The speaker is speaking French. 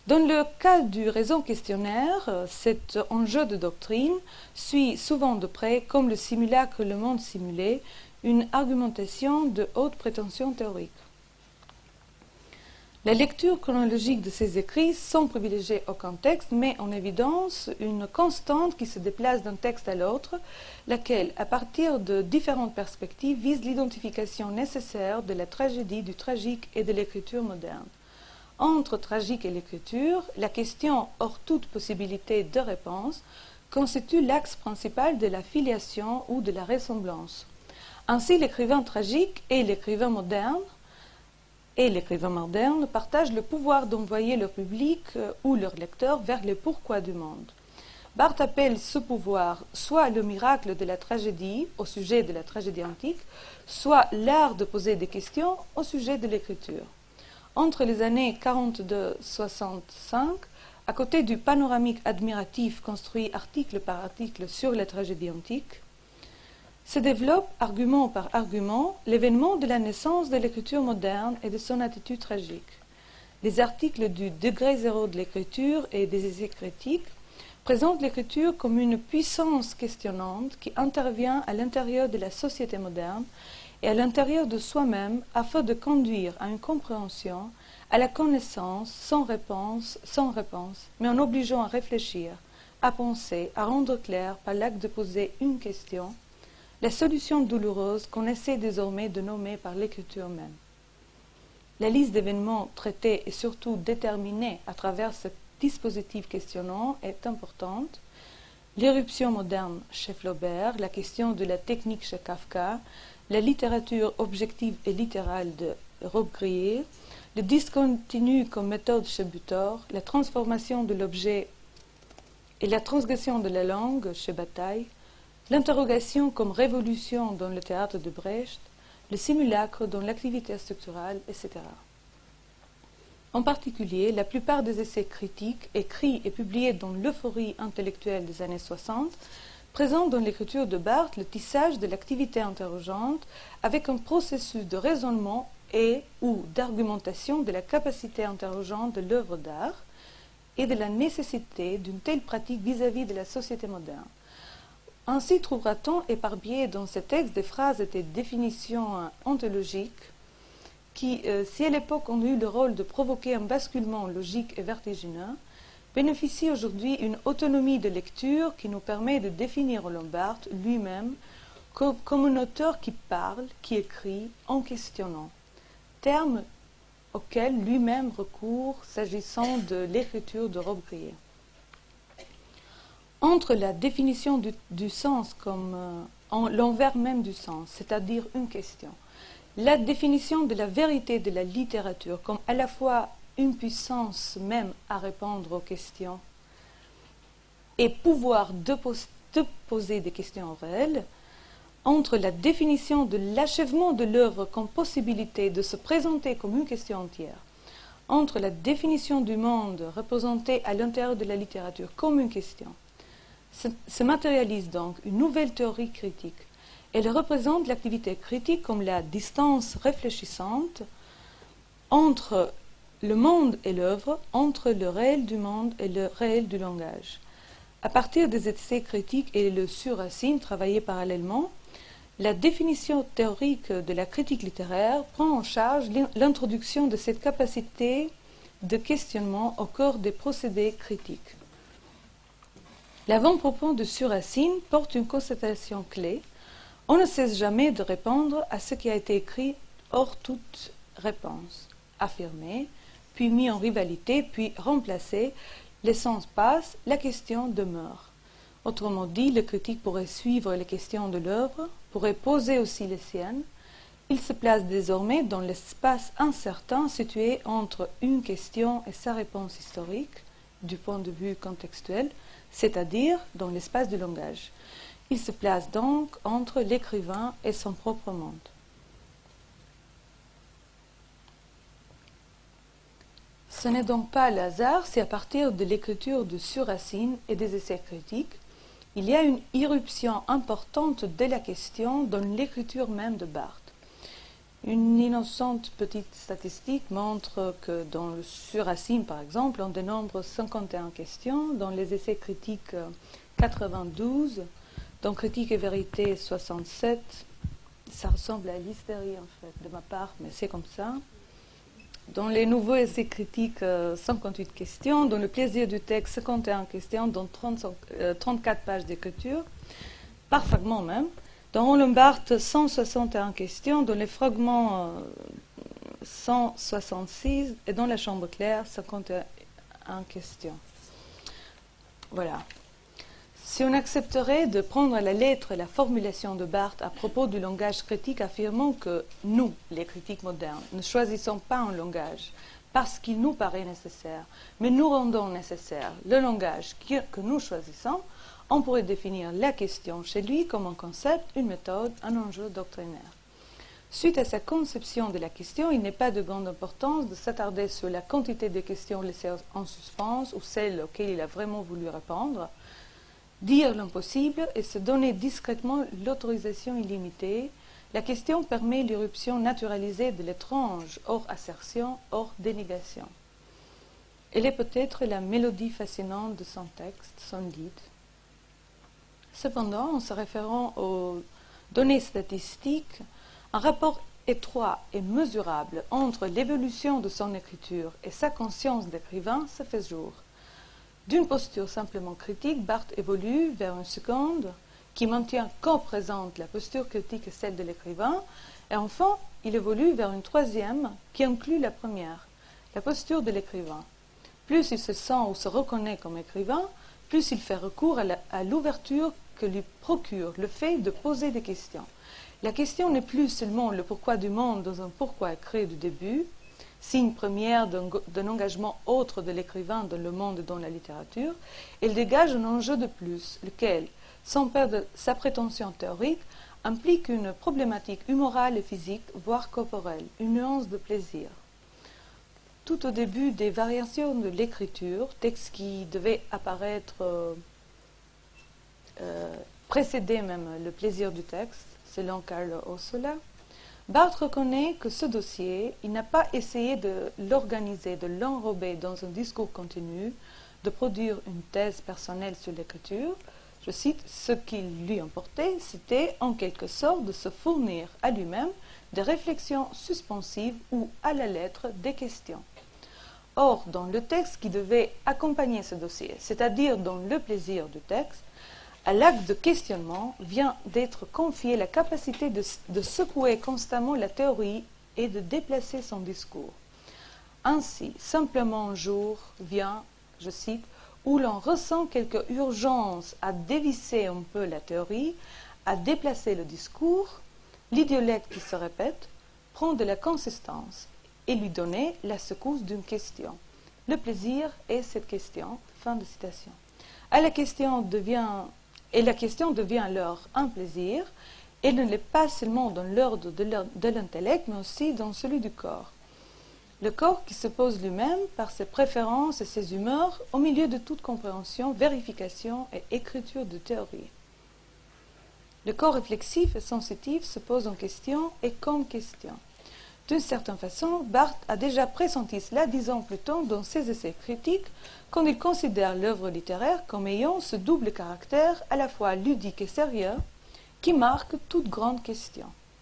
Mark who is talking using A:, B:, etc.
A: Dans le cas du raison questionnaire, cet enjeu de doctrine suit souvent de près, comme le simulacre Le Monde simulé, une argumentation de haute prétention théorique. La lecture chronologique de ces écrits, sans privilégier aucun texte, met en évidence une constante qui se déplace d'un texte à l'autre, laquelle, à partir de différentes perspectives, vise l'identification nécessaire de la tragédie, du tragique et de l'écriture moderne. Entre tragique et l'écriture, la question, hors toute possibilité de réponse, constitue l'axe principal de la filiation ou de la ressemblance. Ainsi, l'écrivain tragique et l'écrivain moderne partagent le pouvoir d'envoyer leur public ou leur lecteur vers les pourquoi du monde. Barthes appelle ce pouvoir soit le miracle de la tragédie au sujet de la tragédie antique, soit l'art de poser des questions au sujet de l'écriture. Entre les années 42-65, à côté du panoramique admiratif construit article par article sur la tragédie antique, se développe, argument par argument, l'événement de la naissance de l'écriture moderne et de son attitude tragique. Les articles du degré zéro de l'écriture et des essais critiques présentent l'écriture comme une puissance questionnante qui intervient à l'intérieur de la société moderne et à l'intérieur de soi-même afin de conduire à une compréhension, à la connaissance sans réponse, mais en obligeant à réfléchir, à penser, à rendre clair par l'acte de poser une question, la solution douloureuse qu'on essaie désormais de nommer par l'écriture même. La liste d'événements traités et surtout déterminés à travers ce dispositif questionnant est importante. L'éruption moderne chez Flaubert, la question de la technique chez Kafka, la littérature objective et littérale de Robbe-Grillet, le discontinu comme méthode chez Butor, la transformation de l'objet et la transgression de la langue chez Bataille, l'interrogation comme révolution dans le théâtre de Brecht, le simulacre dans l'activité structurale, etc. En particulier, la plupart des essais critiques, écrits et publiés dans l'euphorie intellectuelle des années 60, présentent dans l'écriture de Barthes le tissage de l'activité interrogeante avec un processus de raisonnement et ou d'argumentation de la capacité interrogeante de l'œuvre d'art et de la nécessité d'une telle pratique vis-à-vis de la société moderne. Ainsi trouvera-t-on éparpillé dans ces textes des phrases et des définitions ontologiques qui, si à l'époque ont eu le rôle de provoquer un basculement logique et vertigineux, bénéficient aujourd'hui d'une autonomie de lecture qui nous permet de définir Roland Barthes lui-même comme un auteur qui parle, qui écrit en questionnant, terme auquel lui-même recourt s'agissant de l'écriture de Robbe-Grillet. Entre la définition du sens comme l'envers même du sens, c'est-à-dire une question, la définition de la vérité de la littérature comme à la fois une puissance même à répondre aux questions et pouvoir de poser des questions réelles, entre la définition de l'achèvement de l'œuvre comme possibilité de se présenter comme une question entière, entre la définition du monde représenté à l'intérieur de la littérature comme une question, se matérialise donc une nouvelle théorie critique. Elle représente l'activité critique comme la distance réfléchissante entre le monde et l'œuvre, entre le réel du monde et le réel du langage. À partir des essais critiques et le sur Racine travaillés parallèlement, la définition théorique de la critique littéraire prend en charge l'introduction de cette capacité de questionnement au cœur des procédés critiques. L'avant-propos de sur Racine porte une constatation clé. On ne cesse jamais de répondre à ce qui a été écrit hors toute réponse, affirmé, puis mis en rivalité, puis remplacé. L'essence passe, la question demeure. Autrement dit, le critique pourrait suivre les questions de l'œuvre, pourrait poser aussi les siennes. Il se place désormais dans l'espace incertain situé entre une question et sa réponse historique, du point de vue contextuel, c'est-à-dire dans l'espace du langage. Il se place donc entre l'écrivain et son propre monde. Ce n'est donc pas le hasard si à partir de l'écriture de sur Racine et des essais critiques, il y a une irruption importante de la question dans l'écriture même de Barthes. Une innocente petite statistique montre que sur Racine, par exemple, on dénombre 51 questions, dans les essais critiques 92, dans Critique et Vérité 67. Ça ressemble à l'hystérie, en fait, de ma part, mais c'est comme ça. Dans les nouveaux essais critiques, 58 questions. Dans le plaisir du texte, 51 questions, dont 34 pages d'écriture, par fragment même. Dans Roland Barthes, 161 questions. Dans les fragments, 166. Et dans la Chambre claire, 51 questions. Voilà. Si on accepterait de prendre à la lettre la formulation de Barthes à propos du langage critique, affirmant que nous, les critiques modernes, ne choisissons pas un langage parce qu'il nous paraît nécessaire, mais nous rendons nécessaire le langage que nous choisissons, on pourrait définir la question chez lui comme un concept, une méthode, un enjeu doctrinaire. Suite à sa conception de la question, il n'est pas de grande importance de s'attarder sur la quantité de questions laissées en suspens ou celles auxquelles il a vraiment voulu répondre. Dire l'impossible et se donner discrètement l'autorisation illimitée, la question permet l'irruption naturalisée de l'étrange, hors assertion, hors dénégation. Elle est peut-être la mélodie fascinante de son texte, son lead. Cependant, en se référant aux données statistiques, un rapport étroit et mesurable entre l'évolution de son écriture et sa conscience d'écrivain se fait jour. D'une posture simplement critique, Barthes évolue vers une seconde qui maintient qu'en présente la posture critique et celle de l'écrivain, et enfin, il évolue vers une troisième qui inclut la première, la posture de l'écrivain. Plus il se sent ou se reconnaît comme écrivain, plus il fait recours à l'ouverture que lui procure le fait de poser des questions. La question n'est plus seulement le pourquoi du monde dans un pourquoi écrit du début, signe première d'un engagement autre de l'écrivain dans le monde et dans la littérature, elle dégage un enjeu de plus, lequel, sans perdre sa prétention théorique, implique une problématique humorale et physique, voire corporelle, une nuance de plaisir. Tout au début des variations de l'écriture, texte qui devait apparaître précéder même le plaisir du texte, selon Carlo Ossola, Barthes reconnaît que ce dossier, il n'a pas essayé de l'organiser, de l'enrober dans un discours continu, de produire une thèse personnelle sur l'écriture. Je cite, ce qui lui importait, c'était en quelque sorte de se fournir à lui-même des réflexions suspensives ou à la lettre des questions. Or, dans le texte qui devait accompagner ce dossier, c'est-à-dire dans le plaisir du texte, à l'acte de questionnement vient d'être confiée la capacité de secouer constamment la théorie et de déplacer son discours. Ainsi, simplement un jour vient, je cite, où l'on ressent quelque urgence à dévisser un peu la théorie, à déplacer le discours, l'idiolecte qui se répète prend de la consistance et lui donner la secousse d'une question. Le plaisir est cette question. Fin de citation. La question devient alors un plaisir, et ne l'est pas seulement dans l'ordre de l'intellect, mais aussi dans celui du corps. Le corps qui se pose lui-même par ses préférences et ses humeurs au milieu de toute compréhension, vérification et écriture de théorie. Le corps réflexif et sensitif se pose en question et comme question. D'une certaine façon, Barthes a déjà pressenti cela 10 ans plus tôt dans ses essais critiques, quand il considère l'œuvre littéraire comme ayant ce double caractère à la fois ludique et sérieux qui marque toute grande question.